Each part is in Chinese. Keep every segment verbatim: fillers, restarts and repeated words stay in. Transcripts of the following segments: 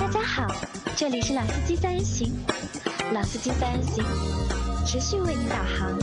大家好，这里是老司机三人行，老司机三人行持续为您导航。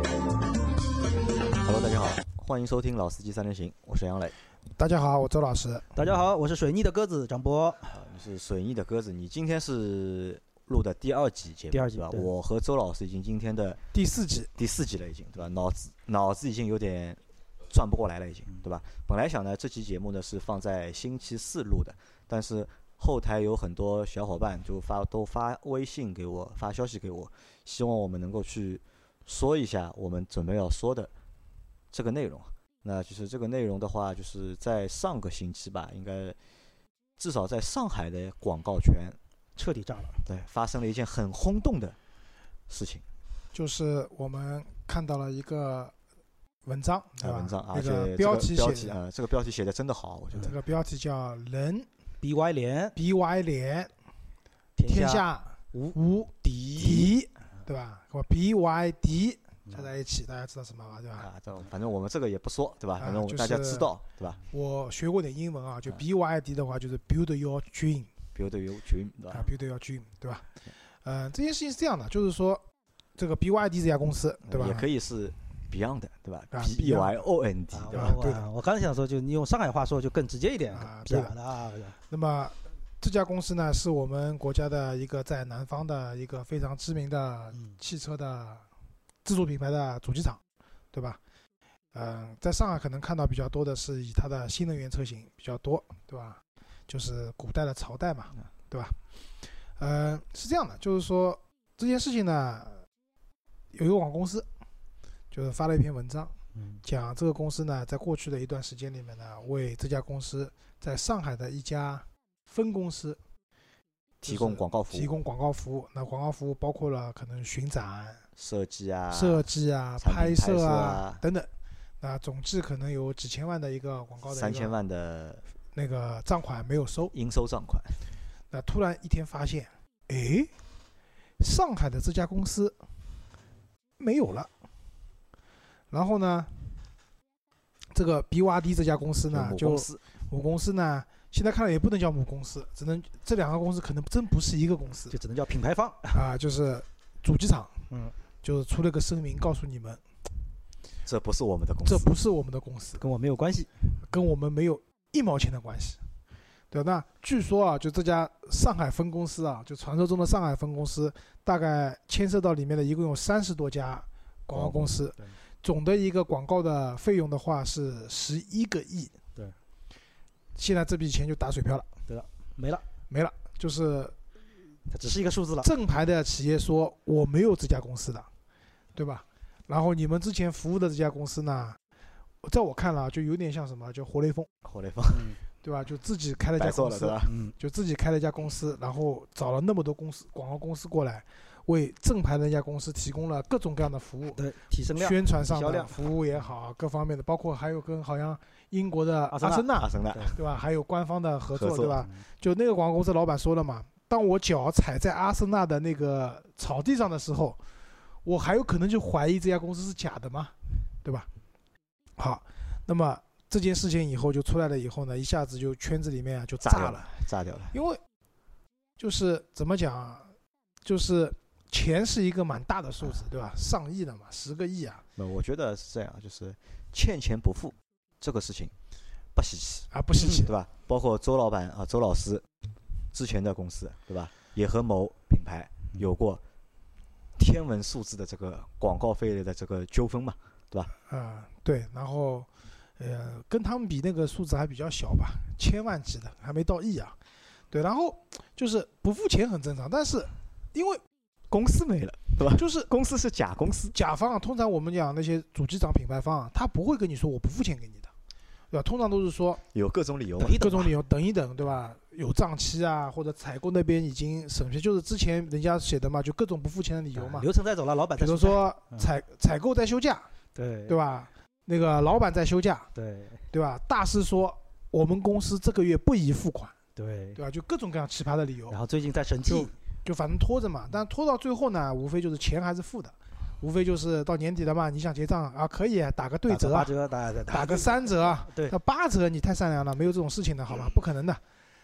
Hello， 大家好，欢迎收听老司机三人行，我是杨磊。 大家好，我周老师。 大家好，我是水逆的鸽子张波。 啊，你是水逆的鸽子，你今天是录的第二集节目， 第二集对吧？ 对我和周老师已经今天的第四集， 第四集了，已经对吧？脑子脑子已经有点转不过来了，已经对吧？本来想呢，这期节目呢是放在星期四录的，但是后台有很多小伙伴就发都发微信给我，发消息给我，希望我们能够去说一下我们准备要说的这个内容。那就是这个内容的话，就是在上个星期吧，应该至少在上海的广告圈彻底炸了。 对，发生了一件很轰动的事情。 就是我们看到了一个文章，对吧？ 文章， 那而且个标题写的， 呃，这个标题写的真的好，我觉得。 这个标题叫“人 B Y 联 B Y 联天下无无敌， 敌”，对吧？和 B Y D 加在一起，大家知道什么吧？对吧？ 啊，这反正我们这个也不说，对吧？ 啊反正我们大家知道，对吧？ 我学过点英文啊，就 B Y D 的话就是 Build Your Dream， Build Your Dream， 对吧？ 啊 ，Build Your Dream， 对吧？嗯，这件事情是这样的，就是说这个 B Y D 这家公司，对吧？ 也可以是 Beyond， 对吧啊 ？B Y O N D， 对吧？ 对的。 我刚才想说，就你用上海话说就更直接一点啊， 对的。 那么这家公司呢，是我们国家的一个在南方的一个非常知名的汽车的自主品牌的主机厂，对吧？嗯，在上海可能看到比较多的是以它的新能源车型比较多，对吧？就是古代的朝代嘛，对吧？嗯，是这样的，就是说这件事情呢，有一个广告公司就是发了一篇文章，讲这个公司呢，在过去的一段时间里面呢，为这家公司在上海的一家分公司提供广告服务， 提供广告服务。那广告服务包括了可能巡展、 设计啊、 设计啊、 拍摄啊等等。那总计可能有几千万的一个广告的三千万的那个账款没有收， 应收账款。 那突然一天发现，哎，上海的这家公司没有了。然后呢，这个 B Y D 这家公司呢，就母公司呢，现在看来也不能叫母公司，只能这两个公司可能真不是一个公司， 就只能叫品牌方啊，就是主机厂， 嗯， 就是出了个声明告诉你们， 这不是我们的公司， 这不是我们的公司， 跟我没有关系， 跟我们没有一毛钱的关系。对，那据说啊，就这家上海分公司啊，就传说中的上海分公司，大概牵涉到里面的一共有三十多家广告公司。 对， 总的一个广告的费用的话是十一个亿， 对， 现在这笔钱就打水漂了， 对了，没了， 没了，就是它只是一个数字了。 正牌的企业说我没有这家公司的，对吧？然后你们之前服务的这家公司呢，在我看来就有点像什么，就活雷锋， 活雷锋， 对吧？就自己开了一家公司， 嗯， 就自己开了一家公司，然后找了那么多公司广告公司过来。为正牌的那家公司提供了各种各样的服务， 对，提升量、 宣传上的服务也好，各方面的，包括还有跟好像英国的阿森纳， 阿森纳， 对吧？还有官方的合作， 合作对吧？就那个广告公司老板说了嘛，当我脚踩在阿森纳的那个草地上的时候，我还有可能就怀疑这家公司是假的嘛，对吧？好，那么这件事情以后就出来了以后呢，一下子就圈子里面就炸了， 炸掉了， 因为就是怎么讲，就是。钱是一个蛮大的数字，对吧？上亿的嘛，十个亿啊。 那我觉得是这样，就是欠钱不付这个事情不稀奇啊，不稀奇， 对吧？包括周老板啊，周老师之前的公司，对吧？也和某品牌有过天文数字的这个广告费的这个纠纷嘛，对吧？ 啊，对。然后，呃，跟他们比，那个数字还比较小吧，千万级的，还没到亿啊。对，然后就是不付钱很正常，但是因为公司没了，对吧？ 就是公司是甲公司， 甲方啊，通常我们讲那些主机厂品牌方啊，他不会跟你说我不付钱给你的，对吧？通常都是说有各种理由， 各种理由等一等，对吧？有账期啊，或者采购那边已经审批，就是之前人家写的嘛，就各种不付钱的理由嘛。 流程在走了，老板比如说采采购在休假， 对对吧？那个老板在休假， 对对吧？大师说我们公司这个月不宜付款， 对对吧？就各种各样奇葩的理由。 然后最近在审计。 就反正拖着嘛，但拖到最后呢，无非就是钱还是付的，无非就是到年底了嘛，你想结账啊，可以打个对折， 八折，打打个三折， 对， 那八折你太善良了，没有这种事情的好吧？不可能的。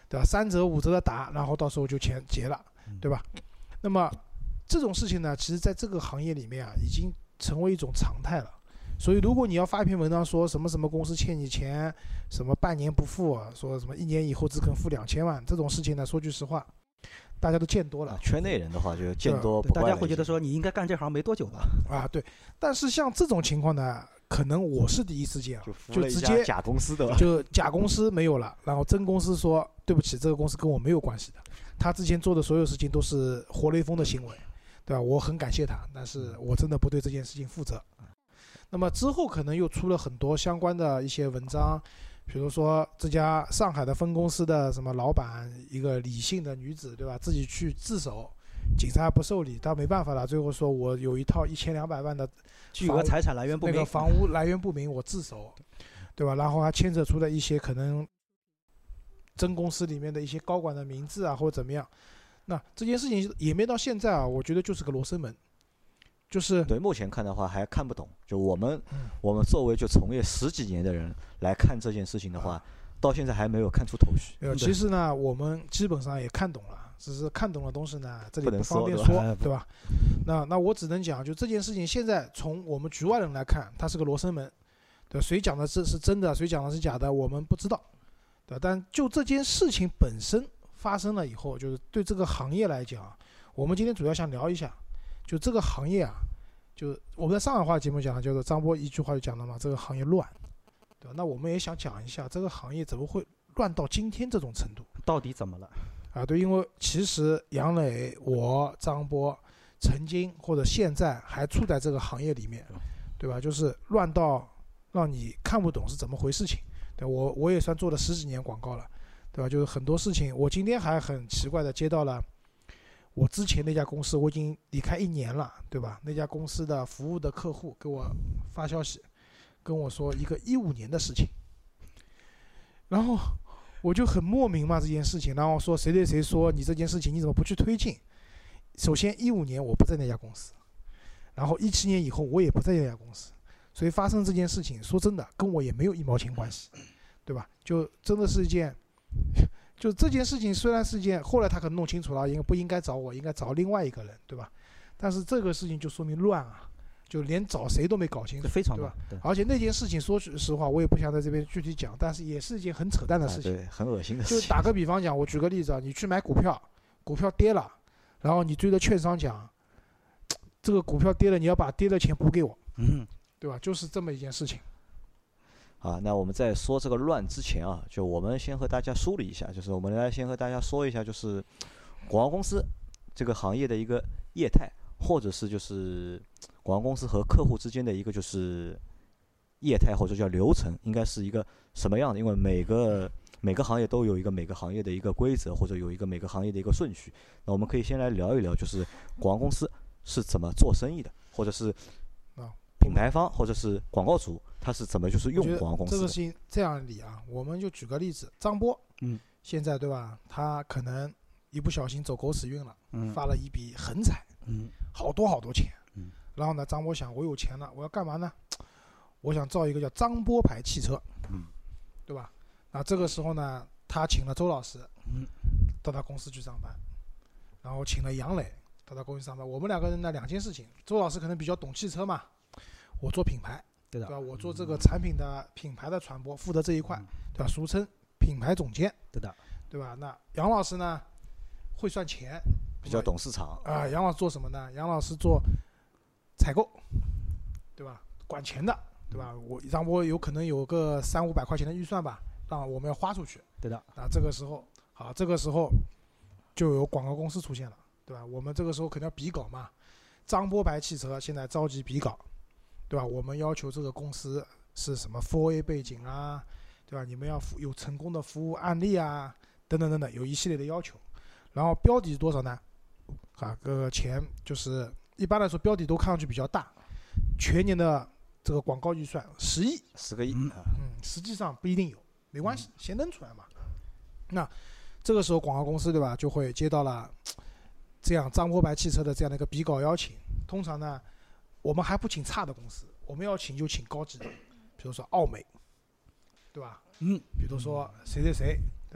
对吧？三折五折的打，然后到时候就钱结了，对吧？那么这种事情呢，其实在这个行业里面啊，已经成为一种常态了。所以如果你要发一篇文章说什么什么公司欠你钱，什么半年不付，说什么一年以后只肯付两千万，这种事情呢，说句实话，大家都见多了。 啊、圈内人的话就见多不怪了。 大家会觉得说你应该干这行没多久吧？ 啊，对。但是像这种情况呢，可能我是第一次见，就直接假公司的， 就假公司没有了，然后真公司说对不起，这个公司跟我没有关系的，他之前做的所有事情都是活雷锋的行为，对吧？我很感谢他，但是我真的不对这件事情负责。那么之后可能又出了很多相关的一些文章，比如说这家上海的分公司的什么老板，一个李姓的女子，对吧？自己去自首，警察不受理，他没办法了，最后说我有一套一千两百万的巨额财产来源不明， 那个房屋来源不明，我自首，对吧？然后还牵扯出了一些可能真公司里面的一些高管的名字啊，或者怎么样。那这件事情演变到现在啊，我觉得就是个罗生门。就是对目前看的话还看不懂，就我们、 嗯、 我们作为就从业十几年的人来看这件事情的话，到现在还没有看出头绪。 呃，其实呢，我们基本上也看懂了，只是看懂的东西呢，这里不方便说， 说，对吧？那那我只能讲，就这件事情，现在从我们局外人来看，它是个罗生门，对，谁讲的这是真的，谁讲的是假的，我们不知道，对。但就这件事情本身发生了以后，就是对这个行业来讲，我们今天主要想聊一下。就这个行业啊，就我们在上海话节目讲的，就是张波一句话就讲了嘛，这个行业乱，对吧？那我们也想讲一下，这个行业怎么会乱到今天这种程度？ 到底怎么了？ 啊，对，因为其实杨磊、我、张波曾经或者现在还处在这个行业里面，对吧？就是乱到让你看不懂是怎么回事情。对，我我也算做了十几年广告了，对吧？就是很多事情，我今天还很奇怪的接到了。我之前那家公司我已经离开一年了，对吧？那家公司的服务的客户给我发消息，跟我说一个一五年的事情，然后我就很莫名嘛这件事情，然后说谁谁谁说你这件事情你怎么不去推进？首先一五年我不在那家公司，然后一七年以后我也不在那家公司，所以发生这件事情，说真的跟我也没有一毛钱关系，对吧？就真的是一件。就这件事情虽然是件，后来他可能弄清楚了，应该不应该找我，应该找另外一个人，对吧？但是这个事情就说明乱啊，就连找谁都没搞清楚， 非常对吧？ 对。 而且那件事情说实话，我也不想在这边具体讲，但是也是一件很扯淡的事情， 啊、对，很恶心的事情。 就打个比方讲，我举个例子啊，你去买股票，股票跌了，然后你追着券商讲，这个股票跌了，你要把跌的钱补给我， 嗯， 对吧？就是这么一件事情。 啊，那我们在说这个乱之前啊，就我们先和大家梳理一下，就是我们来先和大家说一下，就是广告公司这个行业的一个业态，或者是就是广告公司和客户之间的一个就是业态或者叫流程，应该是一个什么样的？因为每个每个行业都有一个每个行业的一个规则，或者有一个每个行业的一个顺序。那我们可以先来聊一聊，就是广告公司是怎么做生意的，或者是品牌方或者是广告主，他是怎么就是用广告公司的？ 这个事情这样理啊，我们就举个例子，张波， 嗯， 现在对吧？他可能一不小心走狗屎运了， 嗯， 发了一笔横财， 嗯， 好多好多钱， 嗯， 然后呢，张波想，我有钱了，我要干嘛呢？我想造一个叫张波牌汽车， 嗯， 对吧？那这个时候呢，他请了周老师， 嗯， 到他公司去上班，然后请了杨磊到他公司上班。我们两个人呢，两件事情，周老师可能比较懂汽车嘛。我做品牌， 对的， 对吧？我做这个产品的品牌的传播，负责这一块，对吧？俗称品牌总监， 对的， 对吧？那杨老师呢，会算钱， 比较懂市场啊、呃。杨老师做什么呢？杨老师做采购，对吧？管钱的，对吧？我张波有可能有个三五百块钱的预算吧，让我们要花出去， 对的。 那这个时候，好，这个时候就有广告公司出现了，对吧？我们这个时候肯定要比稿嘛。张波牌汽车现在召集比稿。对吧？我们要求这个公司是什么 四 A 背景啊，对吧？你们要有成功的服务案例啊，等等等等，有一系列的要求。然后标底是多少呢？啊，个钱就是一般来说标底都看上去比较大，全年的这个广告预算十亿， 十个亿， 嗯，实际上不一定有，没关系，先扔出来嘛。那这个时候广告公司对吧，就会接到了这样张波牌汽车的这样的一个比稿邀请，通常呢。我们还不请差的公司，我们要请就请高级的，比如说奥美，对吧？ 嗯， 比如说谁谁谁，对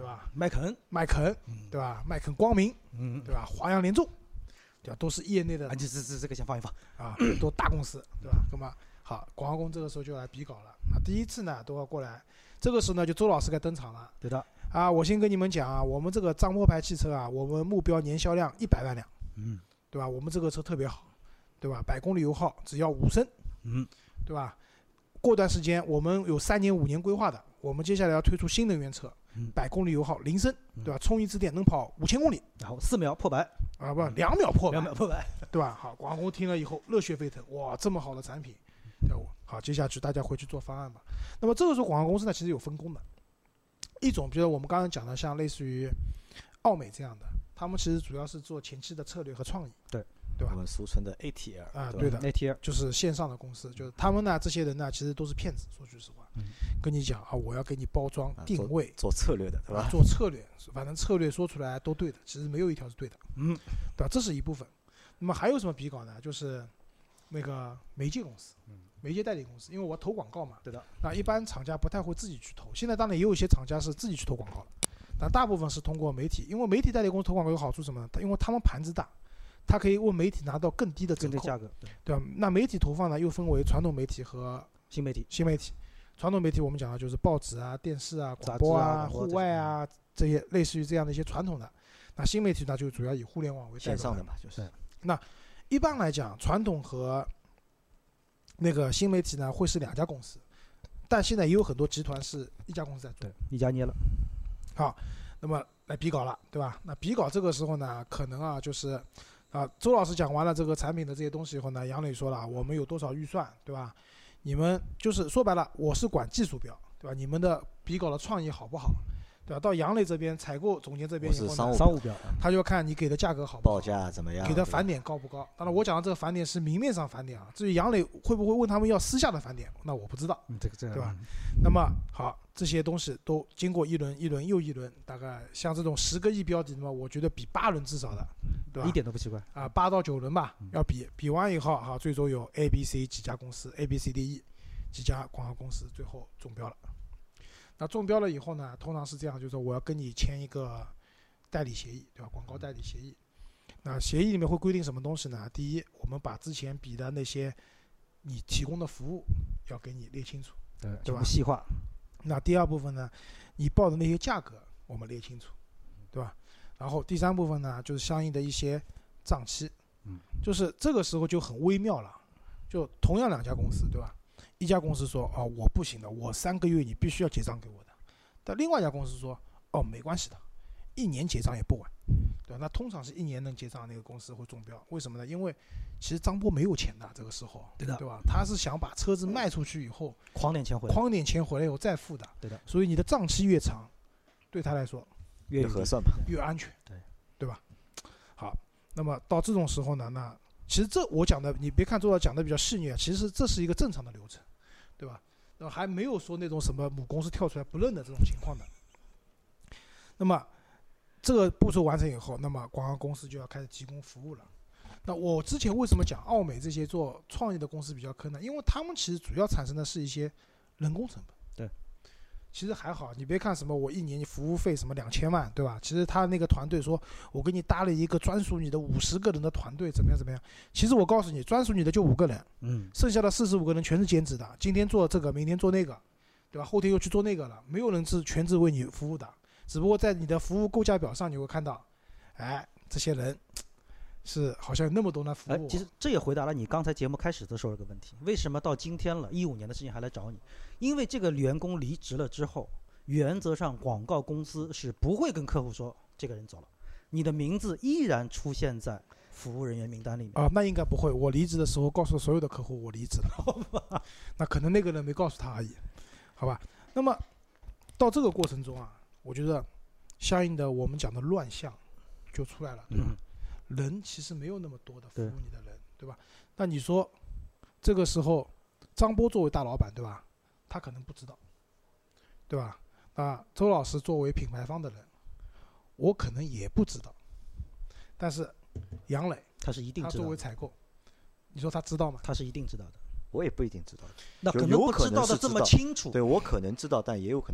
对吧？ 麦肯， 麦肯，对吧？麦肯光明， 嗯， 对吧？华阳联众，对吧？都是业内的啊，这这这这个先放一放啊，都大公司，对吧？那么好，广告公这个时候就来比稿了。那第一次呢，都要过来，这个时候呢，就周老师该登场了。 对的， 啊，我先跟你们讲啊，我们这个张波牌汽车啊，我们目标年销量一百万辆， 嗯， 对吧？我们这个车特别好，对吧？百公里油耗只要五升， 嗯， 对吧？过段时间我们有三年五年规划的，我们接下来要推出新能源车， 嗯， 百公里油耗零升，对吧？充一次电能跑五千公里， 然后四秒破百， 啊不，两秒破百， 两秒破百， 对吧？好，广工听了以后热血沸腾，哇，这么好的产品，对吧？好，接下去大家回去做方案吧。那么这个时候广告公司呢，其实有分工的，一种比如我们刚刚讲的，像类似于奥美这样的，他们其实主要是做前期的策略和创意， 对， 对吧？ 我们俗称的 A T L 啊， 对对的 ，A T L 就是线上的公司，就是他们呢，这些人呢，其实都是骗子。说句实话， 嗯， 跟你讲啊，我要给你包装、 啊定位、 做策略的，对吧？ 做策略，反正策略说出来都对的，其实没有一条是对的， 嗯， 对吧？这是一部分。那么还有什么比稿呢？就是那个媒介公司， 嗯， 媒介代理公司，因为我投广告嘛， 对的， 那一般厂家不太会自己去投，现在当然也有一些厂家是自己去投广告了，但大部分是通过媒体，因为媒体代理公司投广告有好处什么呢？因为他们盘子大，他可以为媒体拿到更低的折扣， 跟这价格，对， 对吧？那媒体投放呢，又分为传统媒体和新媒体， 新媒体。传统媒体我们讲的就是报纸啊、电视啊、 杂广播啊、 志啊广播户外啊这些类似于这样的一些传统的。那新媒体呢，就主要以互联网为代表线上的嘛，就是一般来讲，传统和那个新媒体呢，会是两家公司，但现在也有很多集团是一家公司在做。 对，一家捏了， 好，那么来比稿了，对吧？那比稿这个时候呢，可能啊，就是啊，周老师讲完了这个产品的这些东西以后呢，杨磊说了，我们有多少预算，对吧？你们就是说白了，我是管技术标，对吧？你们的比稿的创意好不好，对吧？到杨磊这边，采购总监这边以后呢， 我是商务商务标， 他就看你给的价格好不好， 报价怎么样，对吧给的返点高不高？当然，我讲的这个返点是明面上返点啊。至于杨磊会不会问他们要私下的返点，那我不知道。 嗯，这个这个， 对吧？那么好，这些东西都经过一轮一轮又一轮，大概像这种十个亿标的嘛，我觉得比八轮至少的，对吧？ 一点都不奇怪， 啊，八到九轮吧嗯， 要比比完以后，哈，最终有 A、B、C 几家公司 ，A、B、C、D、E 几家广告公司最后中标了。那中标了以后呢，通常是这样，就是说我要跟你签一个代理协议，对吧？广告代理协议。那协议里面会规定什么东西呢？第一，我们把之前比的那些你提供的服务要给你列清楚。 对， 对吧全部细化， 那第二部分呢，你报的那些价格我们列清楚，对吧？然后第三部分呢，就是相应的一些账期， 嗯， 就是这个时候就很微妙了，就同样两家公司，对吧？一家公司说哦我不行的，我三个月你必须要结账给我的，但另外一家公司说哦没关系的，一年结账也不晚，对吧？那通常是一年能结账那个公司会中标，为什么呢？因为其实张波没有钱的这个时候， 对的对吧？他是想把车子卖出去以后， 狂点钱回来， 框点钱回来以后再付的， 对的， 所以你的账期越长，对他来说越越合算嘛， 越安全， 对对吧？好，那么到这种时候呢，那其实这我讲的，你别看周老讲的比较细腻啊，其实这是一个正常的流程，对吧？那么还没有说那种什么母公司跳出来不认的这种情况的。那么这个步骤完成以后，那么广告公司就要开始提供服务了。那我之前为什么讲奥美这些做创意的公司比较坑呢？因为他们其实主要产生的是一些人工成本。 对， 其实还好，你别看什么我一年服务费什么两千万，对吧？其实他那个团队说，我给你搭了一个专属你的五十个人的团队，怎么样怎么样？其实我告诉你，专属你的就五个人， 嗯， 剩下的四十五个人全是兼职的，今天做这个，明天做那个，对吧？后天又去做那个了，没有人是全职为你服务的。只不过在你的服务构架表上，你会看到，哎，这些人是好像有那么多人服务我。 哎，其实这也回答了你刚才节目开始的时候一个问题：为什么到今天了，一五年的事情还来找你？因为这个员工离职了之后，原则上广告公司是不会跟客户说这个人走了，你的名字依然出现在服务人员名单里面。 啊，那应该不会。我离职的时候告诉所有的客户我离职了，那可能那个人没告诉他而已，好吧？那么到这个过程中啊，我觉得相应的我们讲的乱象就出来了，对吧？ 嗯， 人其实没有那么多的服务对你的人，对吧？那你说这个时候张波作为大老板，对吧？他可能不知道，对吧？那周老师作为品牌方的人，我可能也不知道，但是杨磊他是一定他知道的， 作为采购，你说他知道吗？ 他是一定知道的。 我也不一定知道， 那可能有有可不知道的这么能是知道清楚。 对我可能知道，但也有可能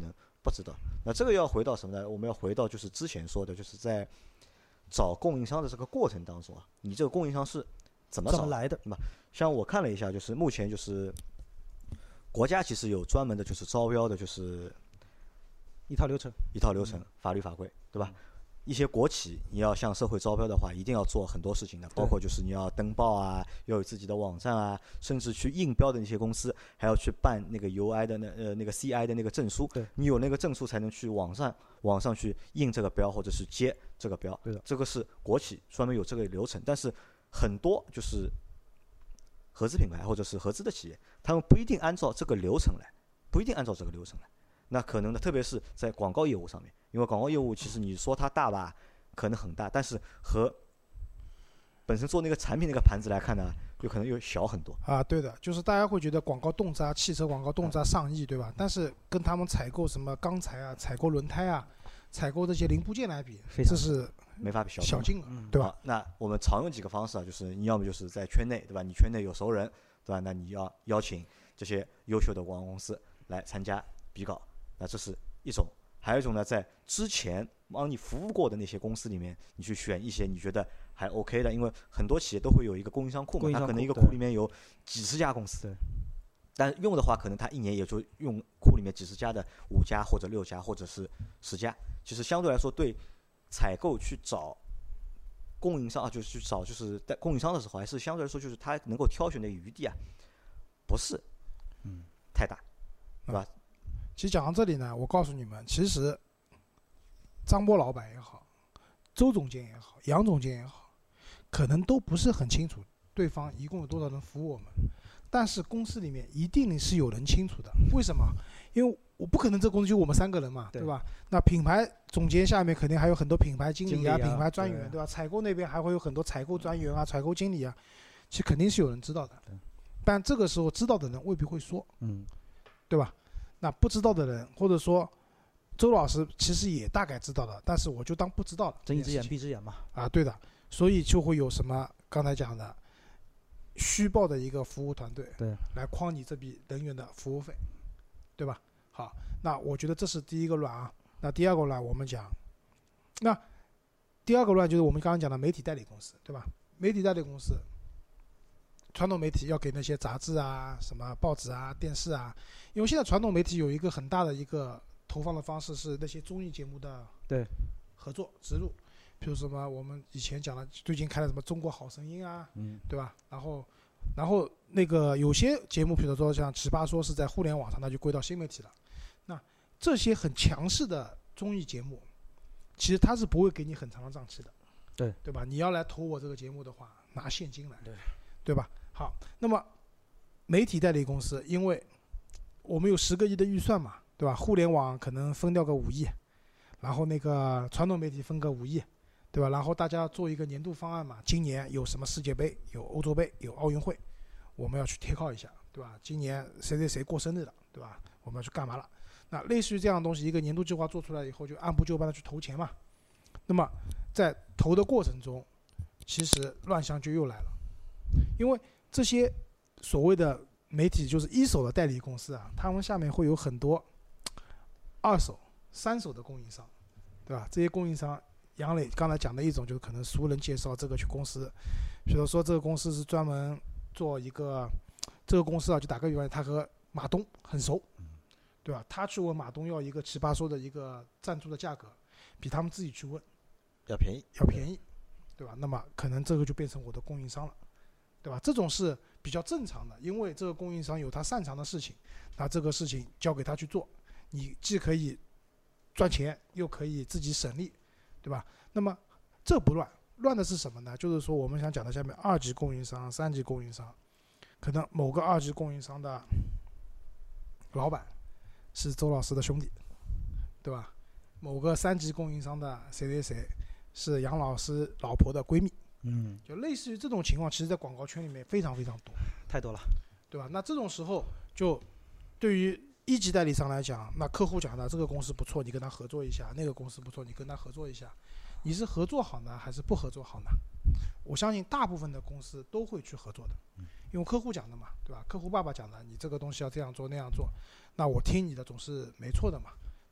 不知道。那这个要回到什么呢？我们要回到就是之前说的，就是在找供应商的这个过程当中啊，你这个供应商是怎么找怎么来的？ 对吧？像我看了一下，就是目前就是国家其实有专门的就是招标的，就是一套流程， 一套流程、法律法规，对吧？一些国企你要向社会招标的话，一定要做很多事情的，包括就是你要登报啊，要有自己的网站啊，甚至去应标的那些公司还要去办那个 U I 的那呃那个 C I 的那个证书， 对， 你有那个证书才能去网上网上去印这个标或者是接这个标， 对的， 这个是国企专门有这个流程，但是很多就是合资品牌或者是合资的企业，他们不一定按照这个流程来，不一定按照这个流程来。那可能呢，特别是在广告业务上面，因为广告业务其实你说它大吧，可能很大，但是和本身做那个产品那个盘子来看呢，有可能又小很多。 啊，对的，就是大家会觉得广告动辄汽车广告动辄上亿，对吧？但是跟他们采购什么钢材啊、采购轮胎啊、采购这些零部件来比，这是没法比小小金额， 嗯对吧？ 好，那我们常用几个方式啊，就是你要么就是在圈内，对吧？你圈内有熟人，对吧？那你要邀请这些优秀的广告公司来参加比稿，那这是一种。还有一种呢，在之前帮你服务过的那些公司里面，你去选一些你觉得还 OK 的，因为很多企业都会有一个供应商库嘛，它可能一个库里面有几十家公司，但用的话，可能它一年也就用库里面几十家的五家或者六家或者是十家，其实相对来说对采购去找供应商啊，就是去找就是在供应商的时候，还是相对来说就是它能够挑选的余地啊，不是嗯太大，对吧？ 其实讲到这里呢，我告诉你们，其实张波老板也好，周总监也好，杨总监也好，可能都不是很清楚对方一共有多少人服务我们，但是公司里面一定是有人清楚的。为什么？因为我不可能这公司就我们三个人嘛， 对, 对吧？那品牌总监下面肯定还有很多品牌经理啊、 经理啊品牌专员， 对, 对吧？采购那边还会有很多采购专员啊、采购经理啊，其实肯定是有人知道的。但这个时候知道的人未必会说， 嗯， 对吧？那不知道的人，或者说周老师其实也大概知道了，但是我就当不知道了。 睁一只眼闭一只眼嘛。 啊，对的，所以就会有什么刚才讲的虚报的一个服务团队， 对， 来诓你这笔人员的服务费，对吧？好，那我觉得这是第一个乱啊。那第二个乱我们讲，那第二个乱就是我们刚刚讲的媒体代理公司，对吧？媒体代理公司。传统媒体要给那些杂志啊、什么报纸啊、电视啊，因为现在传统媒体有一个很大的一个投放的方式是那些综艺节目的对合作植入，比如什么我们以前讲的最近开的什么《中国好声音》啊， 嗯， 对吧？然后，然后那个有些节目，比如说像《奇葩说》是在互联网上，那就归到新媒体了。那这些很强势的综艺节目，其实它是不会给你很长的账期的， 对对吧？你要来投我这个节目的话，拿现金来， 对对吧？好，那么媒体代理公司，因为我们有十个亿的预算嘛，对吧？互联网可能分掉个五亿，然后那个传统媒体分个五亿，对吧？然后大家做一个年度方案嘛，今年有什么世界杯，有欧洲杯，有奥运会，我们要去贴靠一下，对吧？今年谁谁谁过生日了，对吧？我们要去干嘛了？那类似于这样的东西，一个年度计划做出来以后，就按部就班的去投钱嘛。那么在投的过程中，其实乱象就又来了，因为这些所谓的媒体就是一手的代理公司啊，他们下面会有很多二手、三手的供应商，对吧？这些供应商，杨磊刚才讲的一种就是可能熟人介绍这个去公司，比如说这个公司是专门做一个，这个公司啊，就打个比方，他和马东很熟，对吧？他去问马东要一个奇葩说的一个赞助的价格，比他们自己去问要便宜， 要便宜，对吧？那么可能这个就变成我的供应商了。对吧？这种是比较正常的，因为这个供应商有他擅长的事情，那这个事情交给他去做，你既可以赚钱，又可以自己省力，对吧？那么这不乱，乱的是什么呢？就是说我们想讲的下面二级供应商、三级供应商，可能某个二级供应商的老板是周老师的兄弟，对吧？某个三级供应商的谁谁谁是杨老师老婆的闺蜜。 嗯， 就类似于这种情况，其实在广告圈里面非常非常多， 太多了， 对吧？那这种时候，就对于一级代理商来讲，那客户讲的这个公司不错，你跟他合作一下；那个公司不错，你跟他合作一下。你是合作好呢，还是不合作好呢？我相信大部分的公司都会去合作的，因为客户讲的嘛，对吧？客户爸爸讲的，你这个东西要这样做那样做，那我听你的总是没错的嘛。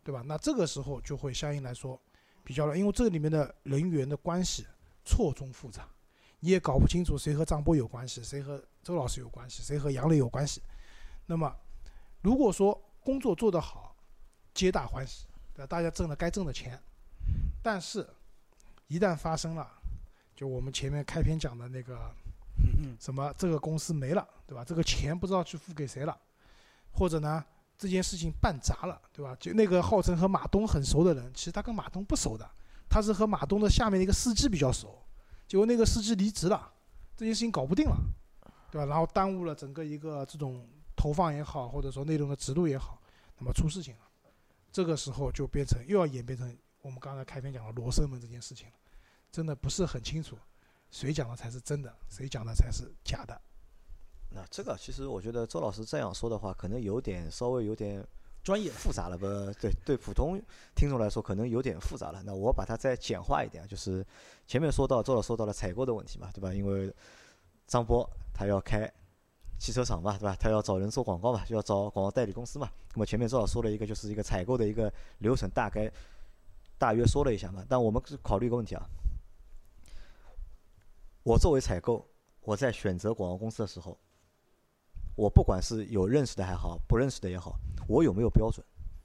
对吧？那这个时候就会相应来说比较了，因为这里面的人员的关系错综复杂，你也搞不清楚谁和张波有关系，谁和周老师有关系，谁和杨磊有关系。那么如果说工作做得好，皆大欢喜，对吧？大家挣了该挣的钱，但是一旦发生了，就我们前面开篇讲的那个什么这个公司没了，对吧？这个钱不知道去付给谁了，或者呢这件事情办砸了，对吧？就那个号称和马东很熟的人，其实他跟马东不熟的，他是和马东的下面的一个司机比较熟，结果那个司机离职了，这件事情搞不定了，对吧？然后耽误了整个一个这种投放也好，或者说内容的植入也好，那么出事情了，这个时候就变成又要演变成我们刚才开篇讲的罗生门这件事情了，真的不是很清楚谁讲的才是真的，谁讲的才是假的。 那这个其实我觉得周老师这样说的话，可能有点稍微有点专业复杂了吧？对对，普通听众来说可能有点复杂了。那我把它再简化一点，就是前面说到周老师说到了采购的问题嘛，对吧？因为张波他要开汽车厂嘛，对吧？他要找人做广告嘛，就要找广告代理公司嘛。那么前面周老师说了一个就是一个采购的一个流程，大概大约说了一下嘛。但我们考虑一个问题啊，我作为采购，我在选择广告公司的时候，我不管是有认识的还好，不认识的也好，我有没有标准？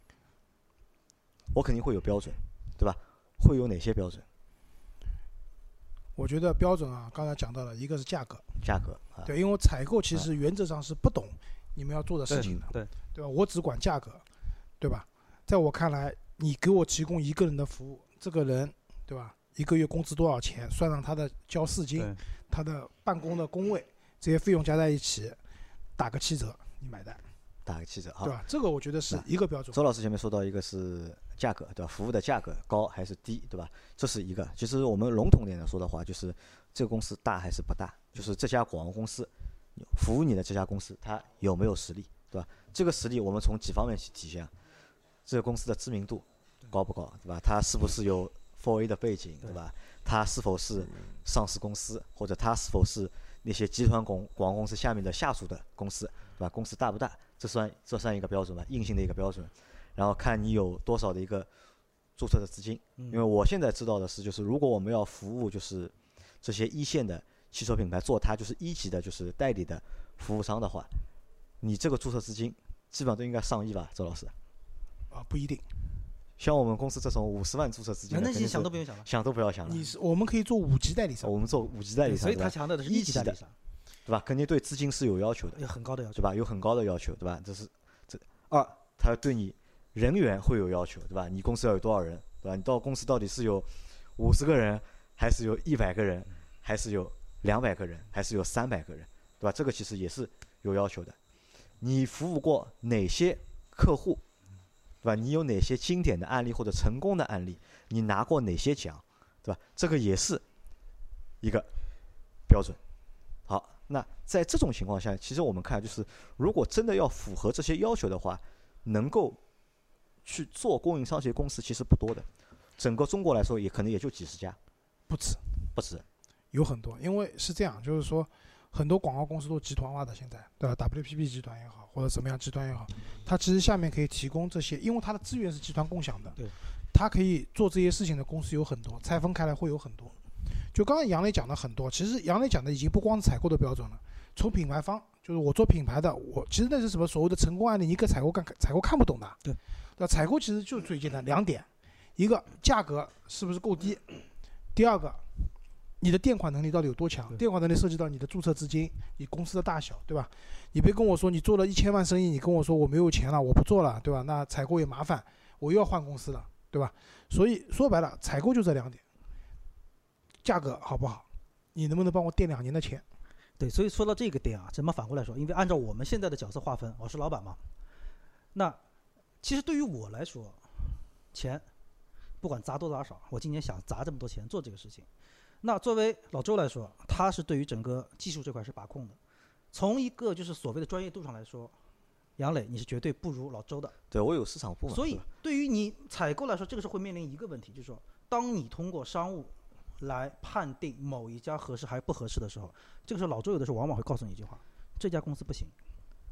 我肯定会有标准，对吧？会有哪些标准？ 我觉得标准啊，刚才讲到了，一个是价格， 价格啊， 对，因为我采购其实原则上是不懂你们要做的事情的， 对对吧？我只管价格，对吧？在我看来，你给我提供一个人的服务，这个人，对吧？一个月工资多少钱，算上他的交四金，他的办公的工位，这些费用加在一起，打个七折，你买单， 打个七折，好， 对吧？这个我觉得是一个标准。 周老师前面说到一个是价格，对吧？服务的价格高还是低，对吧？这是一个。其实我们笼统点的说的话，就是这个公司大还是不大，就是这家广告公司服务你的这家公司，它有没有实力，对吧？这个实力我们从几方面去体现，这个公司的知名度高不高，对吧？它是不是有 四 A 的背景，对吧？它是否是上市公司，或者它是否是那些集团广广告公司下面的下属的公司，对吧？公司大不大，这算这算一个标准吧，硬性的一个标准。然后看你有多少的一个注册的资金，因为我现在知道的是，就是如果我们要服务就是这些一线的汽车品牌，做它就是一级的就是代理的服务商的话，你这个注册资金基本上都应该上亿吧，周老师？ 啊，不一定。 像我们公司这种五十万注册资金的， 那你想都不用想了， 想都不要想了。 你是我们可以做五级代理商， 我们做五级代理商， 所以他强调的是一级代理商， 对吧？肯定对资金是有要求的， 有很高的要求， 对吧？有很高的要求，对吧？这是这二，他对你人员会有要求，对吧？你公司要有多少人，对吧？你到公司到底是有五十个人，还是有一百个人，还是有两百个人，还是有三百个人，对吧？这个其实也是有要求的。你服务过哪些客户？对吧？你有哪些经典的案例或者成功的案例？你拿过哪些奖，对吧？这个也是一个标准。好，那在这种情况下，其实我们看就是，如果真的要符合这些要求的话，能够去做供应商这些公司其实不多的。整个中国来说，也可能也就几十家， 不止， 不止， 有很多。因为是这样，就是说，很多广告公司都集团化的，现在对吧 ？W P P 集团也好，或者怎么样集团也好，它其实下面可以提供这些，因为它的资源是集团共享的， 对， 它可以做这些事情的公司有很多，拆分开来会有很多。就刚才杨磊讲的很多，其实杨磊讲的已经不光是采购的标准了，从品牌方，就是我做品牌的，我其实那是什么所谓的成功案例，一个采购看采购看不懂的， 对， 那采购其实就最简单两点，一个价格是不是够低，第二个你的垫款能力到底有多强？垫款能力涉及到你的注册资金，你公司的大小，对吧？你别跟我说你做了一千万生意，你跟我说我没有钱了，我不做了，对吧？那采购也麻烦，我又要换公司了，对吧？所以说白了，采购就这两点，价格好不好？你能不能帮我垫两年的钱？ 对，所以说到这个点啊，怎么反过来说？因为按照我们现在的角色划分，我是老板嘛，那其实对于我来说，钱不管砸多砸少，我今年想砸这么多钱做这个事情。那作为老周来说，他是对于整个技术这块是把控的。从一个就是所谓的专业度上来说，杨磊你是绝对不如老周的。 对，我有市场部嘛。 所以对于你采购来说，这个时候会面临一个问题，就是说，当你通过商务来判定某一家合适还是不合适的时候，这个时候老周有的时候往往会告诉你一句话：这家公司不行。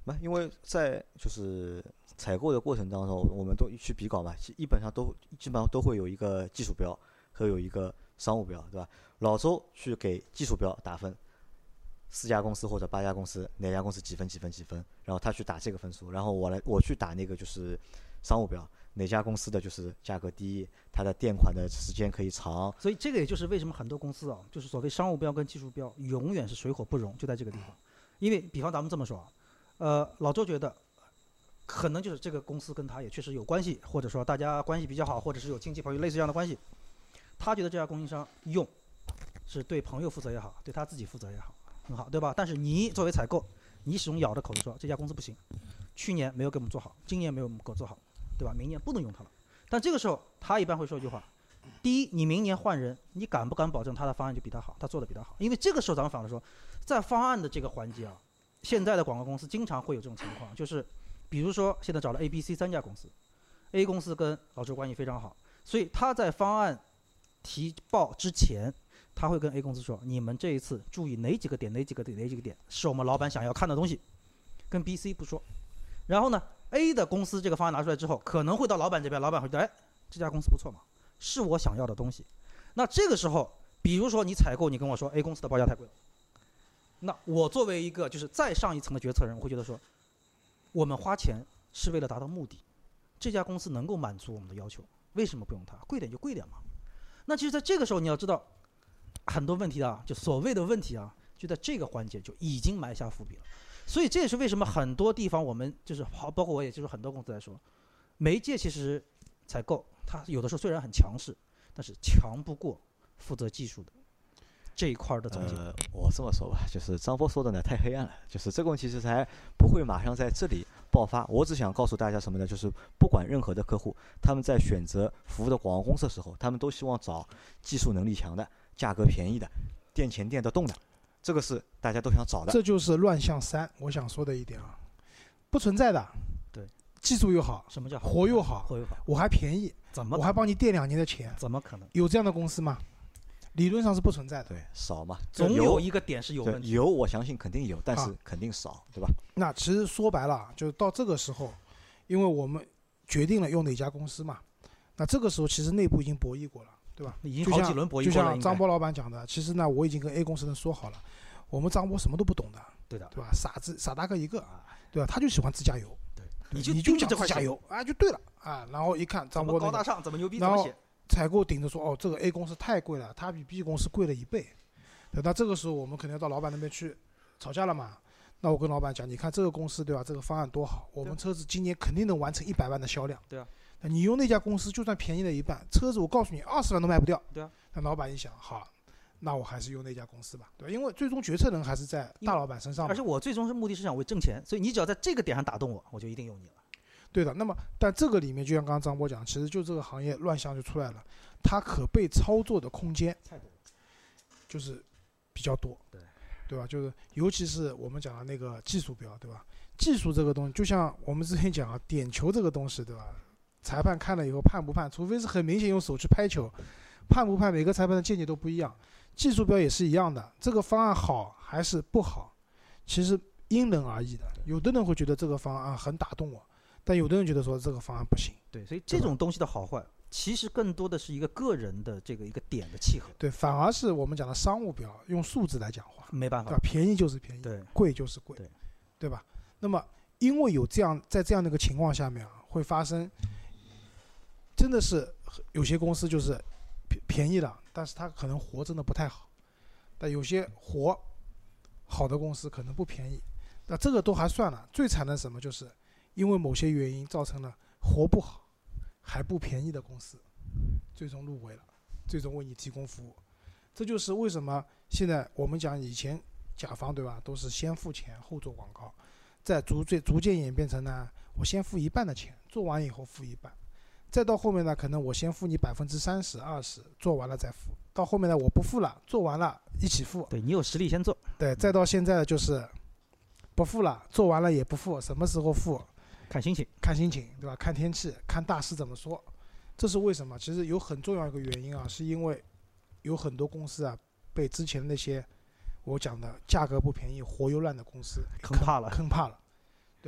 那因为在就是采购的过程当中，我们都去比稿嘛，基本上都基本上都会有一个技术标和有一个商务标，对吧？老周去给技术标打分，四家公司或者八家公司哪家公司几分几分几分，然后他去打这个分数，然后我来我去打那个就是商务标，哪家公司的就是价格低，它的垫款的时间可以长。 所以这个也就是为什么很多公司啊，就是所谓商务标跟技术标永远是水火不容，就在这个地方。因为比方咱们这么说啊，呃，老周觉得可能就是这个公司跟他也确实有关系，或者说大家关系比较好，或者是有亲戚朋友类似这样的关系，他觉得这家供应商用是对朋友负责也好，对他自己负责也好，很好，对吧？但是你作为采购，你始终咬着口子说这家公司不行，去年没有给我们做好，今年没有给我们做好，对吧？明年不能用它了。但这个时候他一般会说一句话：第一，你明年换人，你敢不敢保证他的方案就比他好，他做的比他好？因为这个时候咱们反过来说，在方案的这个环节啊，现在的广告公司经常会有这种情况，就是比如说现在找了 A、B、C 三家公司 ，A 公司跟老周关系非常好，所以他在方案提报之前，他会跟 A 公司说：你们这一次注意哪几个点、哪几个点、哪几个点是我们老板想要看的东西，跟 B、C 不说。然后呢 ，A 的公司这个方案拿出来之后，可能会到老板这边，老板会觉得：哎，这家公司不错嘛，是我想要的东西。那这个时候，比如说你采购，你跟我说 A 公司的报价太贵了，那我作为一个就是再上一层的决策人，我会觉得说，我们花钱是为了达到目的，这家公司能够满足我们的要求，为什么不用它？贵点就贵点嘛。那其实在这个时候，你要知道，很多问题啊，就所谓的问题啊，就在这个环节就已经埋下伏笔了。所以这也是为什么很多地方我们就是好，包括我也就是很多公司来说，媒介其实采购它有的时候虽然很强势，但是强不过负责技术的这一块的总监。 呃，我这么说吧，就是张波说的呢太黑暗了，就是这个问题其实还不会马上在这里爆发。我只想告诉大家什么呢？就是不管任何的客户，他们在选择服务的广告公司的时候，他们都希望找技术能力强的、价格便宜的、店前店得动的，这个是大家都想找的。 这就是乱象三，我想说的一点啊，不存在的。 对， 技术又好， 什么叫活又好， 活又好， 我还便宜， 怎么我还帮你垫两年的钱， 怎么可能？ 有这样的公司吗？理论上是不存在的。 对，少嘛， 总有一个点是有问题。 有，我相信肯定有，但是啊肯定少，对吧？ 那其实说白了，就是到这个时候，因为我们决定了用哪家公司嘛，那这个时候其实内部已经博弈过了，对吧？ 已经好几轮博弈就过了。 像张波老板讲的，其实呢，我已经跟 A 公司人说好了，我们张波什么都不懂的， 对的， 对吧？傻子傻大个一个，对吧？他就喜欢自驾游， 对， 你就你就讲这块自驾游啊，就对了啊。然后一看张波、那个、 高大上，怎么牛逼怎然后么写。 采购顶着说，哦，这个 A 公司太贵了，它比 B 公司贵了一倍。那这个时候我们肯定要到老板那边去吵架了嘛。那我跟老板讲，你看这个公司对吧？这个方案多好，我们车子今年肯定能完成一百万的销量。 对啊。 那你用那家公司就算便宜了一半，车子我告诉你二十万都卖不掉。 对啊。 那老板一想，好，那我还是用那家公司吧，对吧？因为最终决策人还是在大老板身上嘛。 而且我最终是目的是想为挣钱，所以你只要在这个点上打动我，我就一定用你了。 对的，那么但这个里面就像刚刚张波讲，其实就这个行业乱象就出来了，它可被操作的空间就是比较多， 对对吧？就是尤其是我们讲的那个技术标，对吧？技术这个东西，就像我们之前讲啊，点球这个东西，对吧？裁判看了以后判不判，除非是很明显用手去拍球，判不判每个裁判的见解都不一样。技术标也是一样的，这个方案好还是不好，其实因人而异的。有的人会觉得这个方案很打动我。但有的人觉得说这个方案不行， 对，所以这种东西的好坏，其实更多的是一个个人的这个一个点的契合。 对，反而是我们讲的商务标，用数字来讲话， 没办法， 对吧？便宜就是便宜， 对， 贵就是贵， 对， 对吧？那么因为有这样在这样的一个情况下面啊，会发生，真的是有些公司就是便便宜了，但是它可能活真的不太好，但有些活好的公司可能不便宜，那这个都还算了，最惨的是什么？就是因为某些原因造成了活不好还不便宜的公司最终入围了，最终为你提供服务。这就是为什么现在我们讲以前甲方对吧，都是先付钱后做广告，再逐渐逐渐演变成呢，我先付一半的钱，做完以后付一半，再到后面呢，可能我先付你百分之三十、二十，做完了再付，到后面呢我不付了，做完了一起付。 对，你有实力先做。 对，再到现在的就是不付了，做完了也不付，什么时候付？ 看心情， 看心情，对吧？看天气，看大师怎么说。这是为什么？其实有很重要一个原因啊，是因为有很多公司啊，被之前那些我讲的价格不便宜、活又烂的公司坑怕了， 坑怕了，对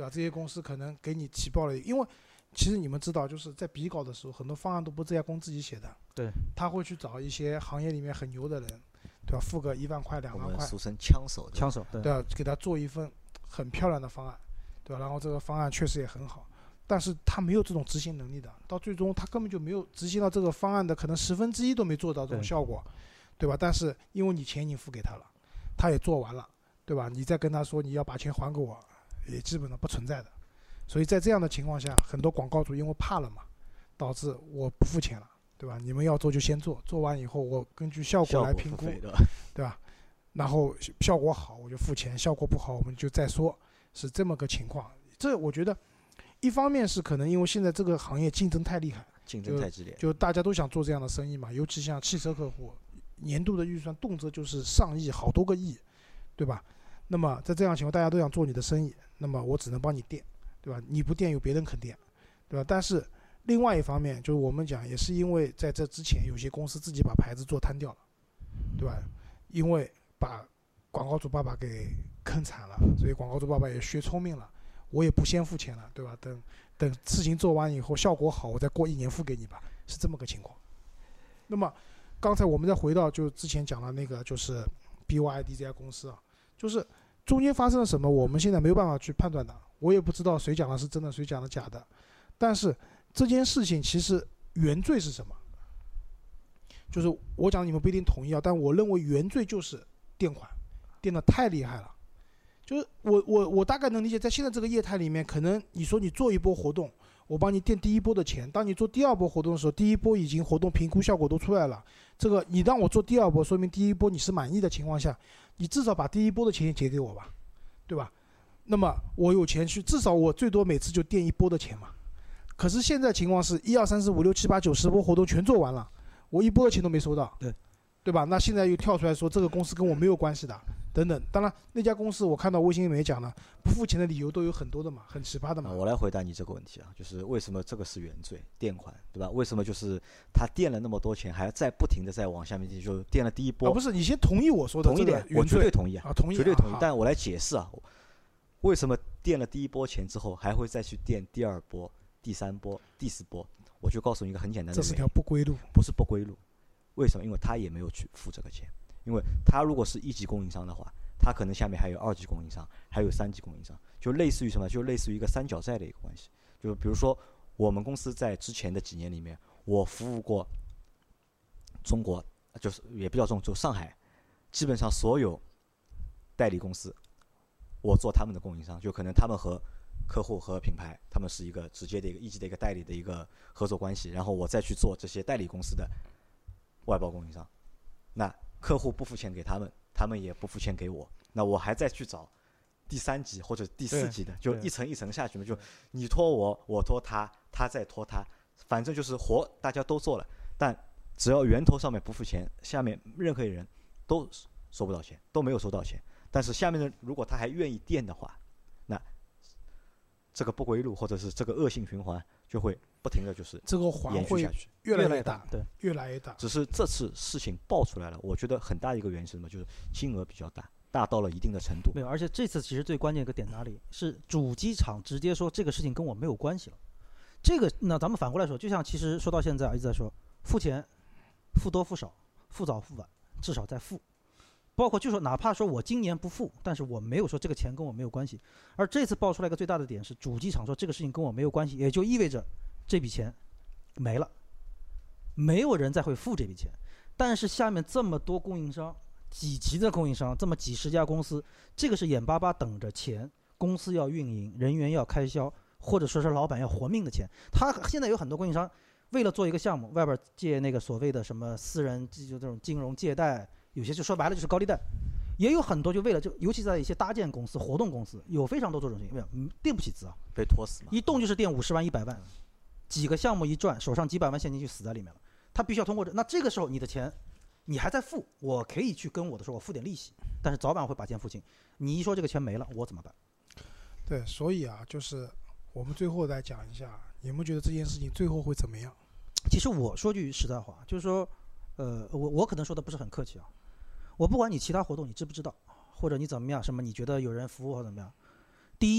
对吧？这些公司可能给你提报了，因为其实你们知道，就是在比稿的时候，很多方案都不是这家公司自己写的， 对， 他会去找一些行业里面很牛的人，对吧？付个一万块、两万块， 我们俗称枪手，对吧枪手，对， 对吧？给他做一份很漂亮的方案，对吧？然后这个方案确实也很好，但是他没有这种执行能力的，到最终他根本就没有执行到这个方案的可能十分之一都没做到这种对效果，对吧？但是因为你钱已经付给他了，他也做完了，对吧？你再跟他说你要把钱还给我，也基本上不存在的。所以在这样的情况下，很多广告主因为怕了嘛，导致我不付钱了，对吧？你们要做就先做，做完以后我根据效效果果来评估， 付费，对吧？ 对吧？然后效果好我就付钱，效果不好我们就再说，是这么个情况。这我觉得，一方面是可能因为现在这个行业竞争太厉害， 竞争太激烈， 就大家都想做这样的生意嘛，尤其像汽车客户，年度的预算动辄就是上亿，好多个亿，对吧？那么在这样情况，大家都想做你的生意，那么我只能帮你垫，对吧？你不垫有别人肯垫，对吧？但是另外一方面，就是我们讲也是因为在这之前，有些公司自己把牌子做摊掉了，对吧？因为把广告主爸爸给坑惨了，所以广告主爸爸也学聪明了，我也不先付钱了，对吧？等等事情做完以后效果好，我再过一年付给你吧，是这么个情况。那么刚才我们再回到就之前讲的那个就是 B Y I D 这家公司啊，就是中间发生了什么，我们现在没有办法去判断的，我也不知道谁讲的是真的，谁讲的假的。但是这件事情其实原罪是什么？就是我讲你们不一定同意啊，但我认为原罪就是垫款，垫得太厉害了。就是我我我大概能理解，在现在这个业态里面，可能你说你做一波活动，我帮你垫第一波的钱，当你做第二波活动的时候，第一波已经活动评估效果都出来了，这个你让我做第二波，说明第一波你是满意的情况下，你至少把第一波的钱也结给我吧，对吧？那么我有钱去，至少我最多每次就垫一波的钱嘛。可是现在情况是一二三四五六七八九十波活动全做完了，我一波的钱都没收到， 对， 对吧？那现在又跳出来说这个公司跟我没有关系的，等等。当然那家公司我看到微信里面也讲了，不付钱的理由都有很多的嘛，很奇葩的嘛。 啊，我来回答你这个问题啊，就是为什么这个是原罪，垫款，对吧？为什么就是他垫了那么多钱，还在不停的在往下面进，就垫了第一波， 啊，不是，你先同意我说的这个同意的，我原罪绝对同意啊，同意， 绝对同意啊。 但我来解释啊，为什么垫了第一波钱之后，还会再去垫第二波、第三波、第四波？我就告诉你一个很简单的原因， 这是条不归路。 不是不归路。为什么？因为他也没有去付这个钱。因为他如果是一级供应商的话，他可能下面还有二级供应商，还有三级供应商，就类似于什么？就类似于一个三角债的一个关系。就比如说，我们公司在之前的几年里面，我服务过中国，就是也比较重，就上海，基本上所有代理公司，我做他们的供应商，就可能他们和客户和品牌，他们是一个直接的一个一级的一个代理的一个合作关系，然后我再去做这些代理公司的外包供应商。那客户不付钱给他们，他们也不付钱给我，那我还再去找第三级或者第四级的，就一层一层下去嘛，就你拖我，我拖他，他再拖他，反正就是活大家都做了，但只要源头上面不付钱，下面任何人都收不到钱，都没有收到钱。但是下面的如果他还愿意垫的话，那这个不归路或者是这个恶性循环就会不停的就是这个环会延续下去， 越来越大， 对， 越来越大。 只是这次事情爆出来了，我觉得很大一个原因是什么？就是金额比较大，大到了一定的程度。 没有，而且这次其实最关键一个点哪里是主机厂直接说这个事情跟我没有关系了。这个那咱们反过来说，就像其实说到现在一直在说付钱，付多付少，付早付晚，至少在付。包括就说哪怕说我今年不付，但是我没有说这个钱跟我没有关系。而这次爆出来一个最大的点是主机厂说这个事情跟我没有关系，也就意味着这笔钱没了，没有人再会付这笔钱。但是下面这么多供应商，几级的供应商，这么几十家公司，这个是眼巴巴等着钱，公司要运营，人员要开销，或者说是老板要活命的钱。他现在有很多供应商为了做一个项目，外边借那个所谓的什么私人就这种金融借贷，有些就说白了就是高利贷，也有很多就为了就尤其在一些搭建公司、活动公司，有非常多这种情况，嗯，垫不起资啊， 被拖死嘛， 一动就是垫五十万、一百万，几个项目一赚，手上几百万现金就死在里面了。他必须要通过这，那这个时候你的钱你还在付，我可以去跟我的说我付点利息，但是早晚会把钱付清。你一说这个钱没了，我怎么办？ 对，所以啊，就是我们最后再讲一下，你们觉得这件事情最后会怎么样？ 其实我说句实在话，就是说，呃，我我可能说的不是很客气啊。我不管你其他活动你知不知道，或者你怎么样，什么你觉得有人服务或怎么样。第一，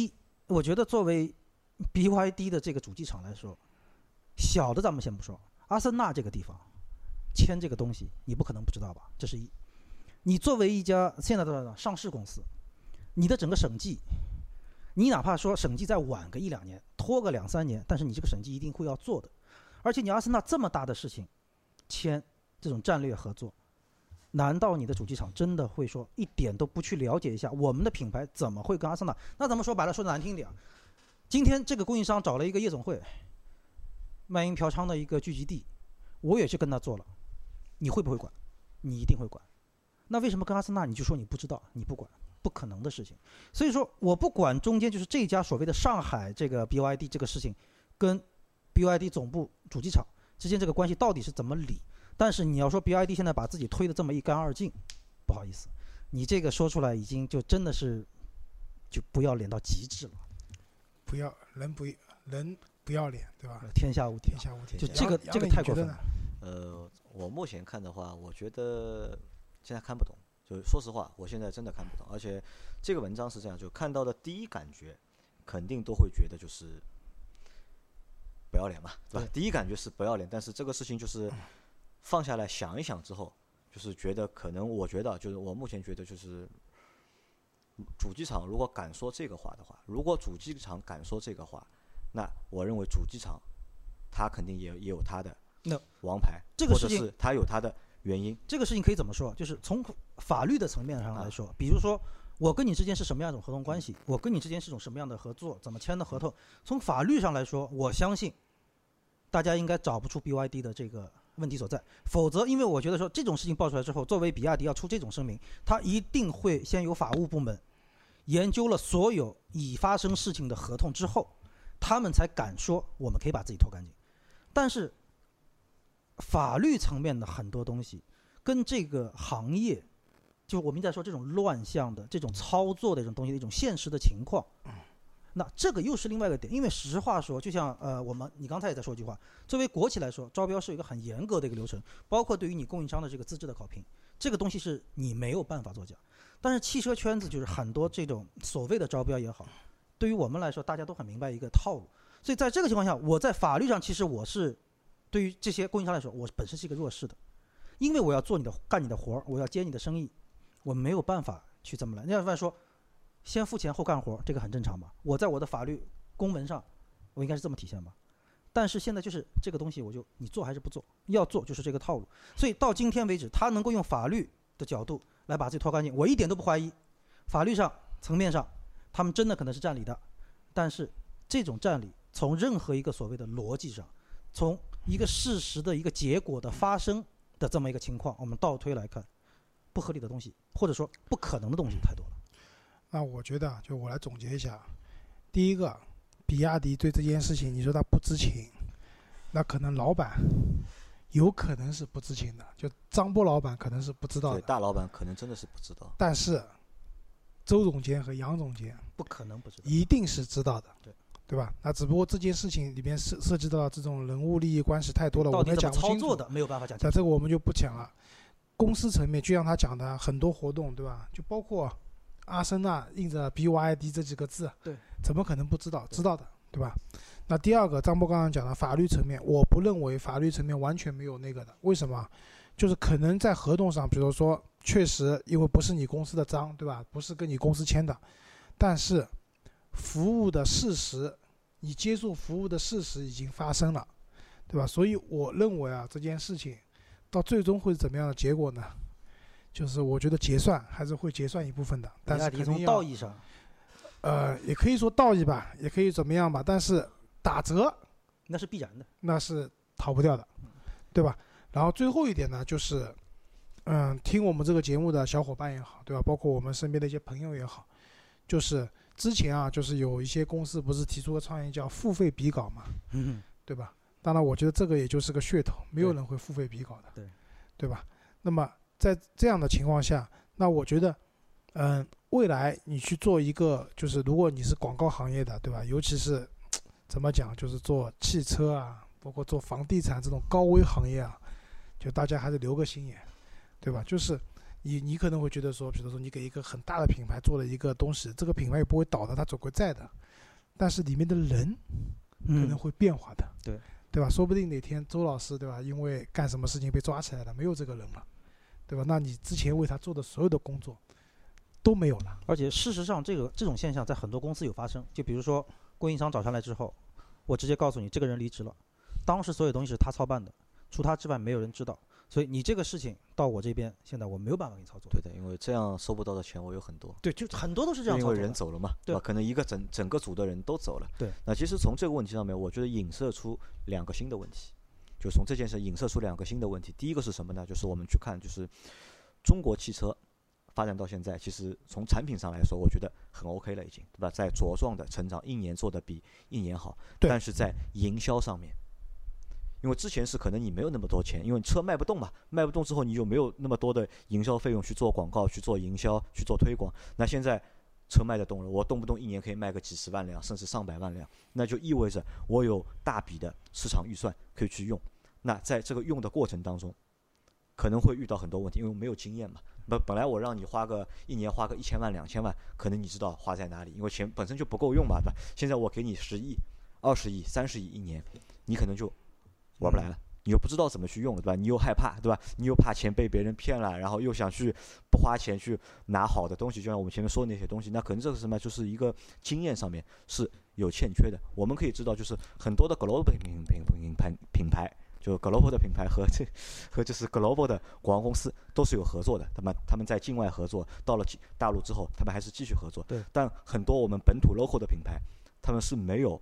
我觉得作为 B Y D 的这个主机厂来说，小的咱们先不说，阿森纳这个地方签这个东西，你不可能不知道吧？这是一。你作为一家现在的上市公司，你的整个审计，你哪怕说审计再晚个一两年，拖个两三年，但是你这个审计一定会要做的。而且你阿森纳这么大的事情，签这种战略合作，难道你的主机厂真的会说一点都不去了解一下我们的品牌怎么会跟阿森纳？那咱们说白了，说的难听点，今天这个供应商找了一个夜总会，卖淫嫖娼的一个聚集地，我也去跟他做了，你会不会管？你一定会管。那为什么跟阿森纳你就说你不知道，你不管？不可能的事情。所以说我不管中间就是这家所谓的上海这个 B Y D 这个事情，跟 B Y D 总部主机厂之间这个关系到底是怎么理？但是你要说 B Y D 现在把自己推得这么一干二净，不好意思，你这个说出来已经就真的是就不要脸到极致了。 不要人不人不要脸，对吧？ 天下无敌， 天下无敌。 就这个这个太过分了。 呃，我目前看的话，我觉得现在看不懂。就说实话，我现在真的看不懂。而且这个文章是这样，就看到的第一感觉，肯定都会觉得就是不要脸嘛，对吧？对，第一感觉是不要脸，但是这个事情就是放下来想一想之后，就是觉得可能，我觉得就是我目前觉得就是，主机厂如果敢说这个话的话，如果主机厂敢说这个话，那我认为主机厂他肯定也也有他的王牌， 这个事情或者是他有他的原因。 这个事情可以怎么说？就是从法律的层面上来说，啊、比如说我跟你之间是什么样一种合同关系，我跟你之间是种什么样的合作，怎么签的合同，从法律上来说，我相信大家应该找不出 B Y D 的这个问题所在。否则，因为我觉得说这种事情爆出来之后，作为比亚迪要出这种声明，他一定会先由法务部门研究了所有已发生事情的合同之后，他们才敢说我们可以把自己拖干净。但是法律层面的很多东西跟这个行业，就是我们在说这种乱象的这种操作的这种东西的一种现实的情况，那这个又是另外一个点。因为实话说，就像呃我们你刚才也在说一句话，作为国企来说，招标是一个很严格的一个流程，包括对于你供应商的这个资质的考评，这个东西是你没有办法作假。但是汽车圈子就是很多这种所谓的招标也好，对于我们来说大家都很明白一个套路。所以在这个情况下，我在法律上其实我是对于这些供应商来说，我本身是一个弱势的，因为我要做你的干你的活，我要接你的生意，我没有办法去这么来。要不然说先付钱后干活，这个很正常吧？我在我的法律公文上，我应该是这么体现吧？但是现在就是这个东西，我就你做还是不做？要做就是这个套路。所以到今天为止，他能够用法律的角度来把自己拖干净，我一点都不怀疑。法律上层面上，他们真的可能是占理的，但是这种占理，从任何一个所谓的逻辑上，从一个事实的一个结果的发生的这么一个情况，我们倒推来看，不合理的东西或者说不可能的东西太多了。 那我觉得，就我来总结一下，第一个，比亚迪对这件事情，你说他不知情，那可能老板有可能是不知情的，就张波老板可能是不知道的， 对，大老板可能真的是不知道， 但是周总监和杨总监不可能不知道， 一定是知道的， 对对吧？那只不过这件事情里边涉涉及到这种人物利益关系太多了， 到底怎么操操作的没有办法讲清楚。 那这个我们就不讲了。公司层面，就像他讲的很多活动，对吧？就包括阿森纳印着 B Y D 这几个字， 对， 怎么可能不知道？知道的，对吧？那第二个，张波刚刚讲的法律层面，我不认为法律层面完全没有那个的。为什么？就是可能在合同上，比如说确实因为不是你公司的章，对吧？不是跟你公司签的，但是服务的事实，你接受服务的事实已经发生了，对吧？所以我认为啊，这件事情到最终会怎么样的结果呢？就是我觉得结算还是会结算一部分的，但是肯定要从道义上， 呃，也可以说道义吧，也可以怎么样吧，但是打折那是必然的， 那是逃不掉的，对吧？然后最后一点呢，就是嗯，听我们这个节目的小伙伴也好，对吧？包括我们身边的一些朋友也好，就是之前啊，就是有一些公司不是提出个创意叫付费比稿嘛， 嗯， 对吧？当然，我觉得这个也就是个噱头，没有人会付费比稿的， 对， 对吧？那么在这样的情况下，那我觉得，嗯，未来你去做一个，就是如果你是广告行业的，对吧？尤其是怎么讲，就是做汽车啊，包括做房地产这种高危行业啊，就大家还是留个心眼，对吧？就是你你可能会觉得说，比如说你给一个很大的品牌做了一个东西，这个品牌也不会倒的，它总会在的。 但是里面的人可能会变化的， 嗯、对对吧？说不定哪天周老师对吧，因为干什么事情被抓起来了，没有这个人了，对吧？那你之前为他做的所有的工作都没有了。 而且事实上，这个这种现象在很多公司有发生。就比如说供应商找上来之后，我直接告诉你这个人离职了，当时所有东西是他操办的，除他之外没有人知道。所以你这个事情到我这边，现在我没有办法给你操作。 对的，因为这样收不到的钱我有很多。 对，就很多都是这样操作的。 因为人走了嘛， 对吧？ 可能一个整整个组的人都走了。 对。 那其实从这个问题上面，我觉得影射出两个新的问题，就从这件事影射出两个新的问题。第一个是什么呢？就是我们去看，就是中国汽车发展到现在，其实从产品上来说，我觉得很 OK 了，已经，对吧？在茁壮的成长，一年做的比一年好。但是在营销上面。因为之前是可能你没有那么多钱，因为车卖不动嘛，卖不动之后你就没有那么多的营销费用去做广告、去做营销、去做推广。那现在车卖得动了，我动不动一年可以卖个几十万辆，甚至上百万辆，那就意味着我有大笔的市场预算可以去用。那在这个用的过程当中，可能会遇到很多问题，因为没有经验嘛。本本来我让你花个一年花个一千万、两千万，可能你知道花在哪里，因为钱本身就不够用嘛，对吧？现在我给你十亿、二十亿、三十亿一年，你可能就玩不来了，你又不知道怎么去用，对吧？你又害怕，对吧？你又怕钱被别人骗了，然后又想去不花钱去拿好的东西，就像我们前面说的那些东西，那可能这个什么就是一个经验上面是有欠缺的。我们可以知道，就是很多的 global 品品品品品牌，就 global 的品牌和这和就是 global 的广告公司都是有合作的，他们他们在境外合作，到了大陆之后，他们还是继续合作。 对。 但很多我们本土 local 的品牌，他们是没有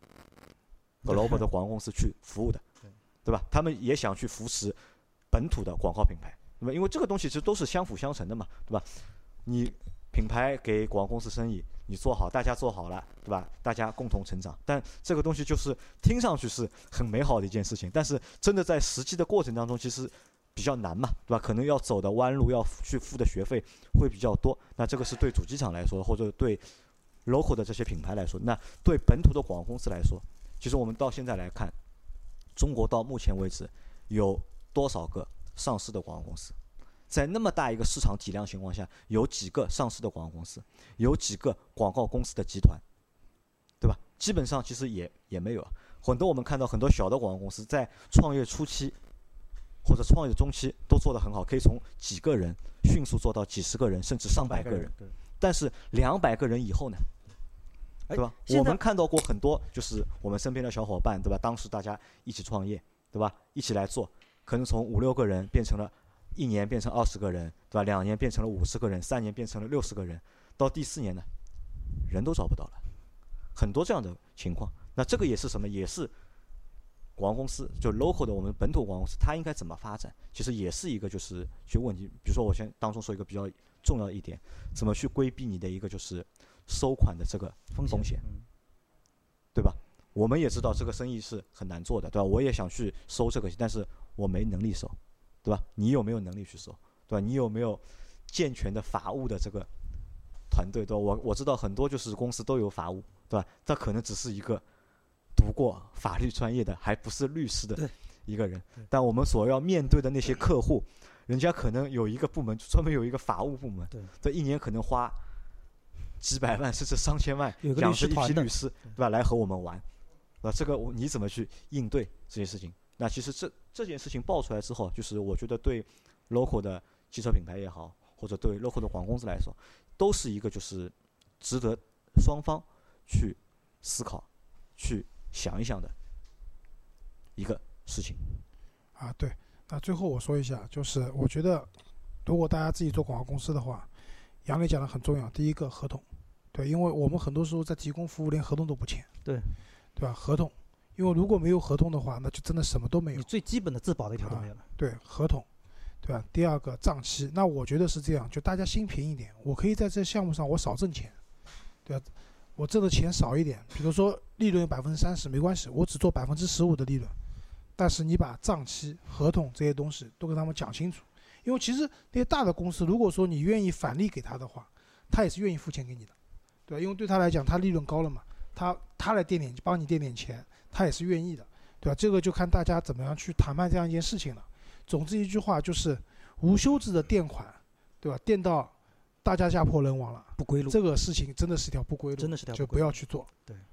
global 的广告公司去服务的。对吧？他们也想去扶持本土的广告品牌，对吧？因为这个东西其实都是相辅相成的嘛，对吧？你品牌给广告公司生意，你做好，大家做好了，对吧？大家共同成长。但这个东西就是听上去是很美好的一件事情，但是真的在实际的过程当中，其实比较难嘛，对吧？可能要走的弯路，要去付的学费会比较多。那这个是对主机厂来说，或者对 local 的这些品牌来说，那对本土的广告公司来说，其实我们到现在来看。中国到目前为止有多少个上市的广告公司？在那么大一个市场体量情况下，有几个上市的广告公司？有几个广告公司的集团？对吧？基本上其实也也没有。很多我们看到很多小的广告公司在创业初期或者创业中期都做得很好，可以从几个人迅速做到几十个人，甚至上百个人。但是两百个人以后呢？对吧？我们看到过很多，就是我们身边的小伙伴，对吧？当时大家一起创业，对吧？一起来做，可能从五六个人变成了，一年变成二十个人，对吧？两年变成了五十个人，三年变成了六十个人，到第四年呢，人都找不到了，很多这样的情况。那这个也是什么？也是广告公司，就 local 的我们本土广告公司，它应该怎么发展？其实也是一个就是去问题。比如说，我先当中说一个比较重要的一点，怎么去规避你的一个就是收款的这个风险，风险嗯、对吧？我们也知道这个生意是很难做的，对吧？我也想去收这个，但是我没能力收，对吧？你有没有能力去收，对吧？你有没有健全的法务的这个团队，对吧？我我知道很多就是公司都有法务，对吧？他可能只是一个读过法律专业的，还不是律师的一个人，但我们所要面对的那些客户，人家可能有一个部门专门有一个法务部门，这一年可能花几百万甚至上千万养着一批律师，对吧？来和我们玩，那这个你怎么去应对这些事情？那其实这这件事情爆出来之后，就是我觉得对 local 的汽车品牌也好，或者对 local 的广告公司来说，都是一个就是值得双方去思考、去想一想的一个事情。 啊，对。那最后我说一下，就是我觉得，如果大家自己做广告公司的话，杨磊讲的很重要。第一个合同，对，因为我们很多时候在提供服务，连合同都不签， 对， 对吧？合同，因为如果没有合同的话，那就真的什么都没有。 你最基本的自保的一条都没有了。 啊、对，合同，对吧？第二个账期，那我觉得是这样，就大家心平一点，我可以在这项目上我少挣钱，对吧？我挣的钱少一点，比如说利润有百分之三十没关系，我只做百分之十五的利润，但是你把账期、合同这些东西都跟他们讲清楚。因为其实那些大的公司，如果说你愿意返利给他的话，他也是愿意付钱给你的，对吧？因为对他来讲，他利润高了嘛，他他来垫点帮你垫点钱，他也是愿意的，对吧？这个就看大家怎么样去谈判这样一件事情了。总之一句话就是，无休止的垫款，对吧？垫到大家家破人亡了， 不归路， 这个事情真的是条不归路， 真的是条不归路， 就不要去做。 对，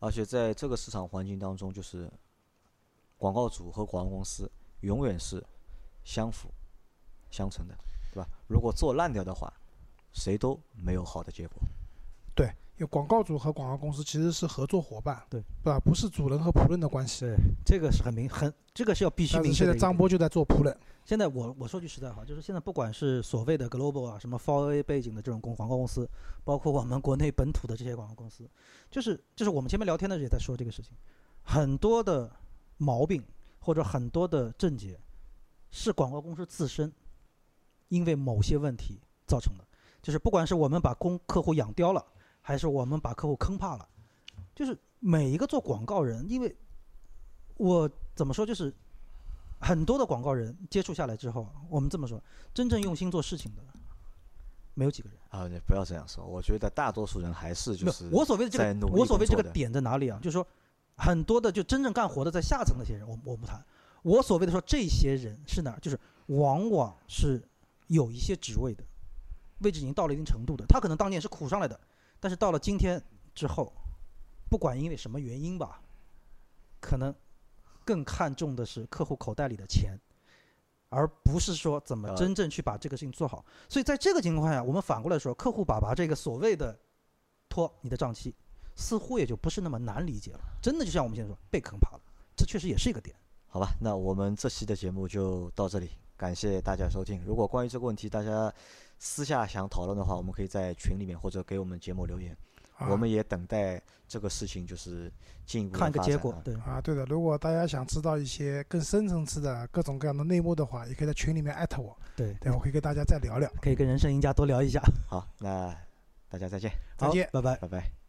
而且在这个市场环境当中，就是广告主和广告公司永远是相辅相成的，对吧？如果做烂掉的话，谁都没有好的结果。 对，因为广告主和广告公司其实是合作伙伴， 对， 对吧？不是主人和仆人的关系。 对，这个是很明很，这个是要必须但是现在明确的一点。 张波就在做仆人。 现在我我说句实在话，就是现在不管是所谓的 global 啊，什么 四 A 背景的这种广告公司，包括我们国内本土的这些广告公司，就是就是我们前面聊天的时候也在说这个事情，很多的毛病或者很多的症结是广告公司自身因为某些问题造成的，就是不管是我们把公客户养刁了，还是我们把客户坑怕了，就是每一个做广告人，因为我怎么说，就是很多的广告人接触下来之后，我们这么说，真正用心做事情的没有几个人啊！你不要这样说，我觉得大多数人还是就是我所谓的这个，我所谓这个点在哪里啊？就是说，很多的就真正干活的在下层那些人，我我不谈。我所谓的说这些人是哪儿？就是往往是有一些职位的，位置已经到了一定程度的，他可能当年是苦上来的，但是到了今天之后，不管因为什么原因吧，可能更看重的是客户口袋里的钱，而不是说怎么真正去把这个事情做好。所以在这个情况下，我们反过来说，客户把把这个所谓的拖你的账期，似乎也就不是那么难理解了。真的就像我们现在说，被坑怕了，这确实也是一个点。 好吧，那我们这期的节目就到这里，感谢大家收听。如果关于这个问题大家私下想讨论的话，我们可以在群里面或者给我们节目留言，啊、我们也等待这个事情就是进一步看个结果。对啊，对的。如果大家想知道一些更深层次的各种各样的内幕的话，也可以在群里面艾特我， 对， 对，我可以跟大家再聊聊， 可以跟人生赢家多聊一下。 好，那大家再见， 再见， 拜拜， 拜拜。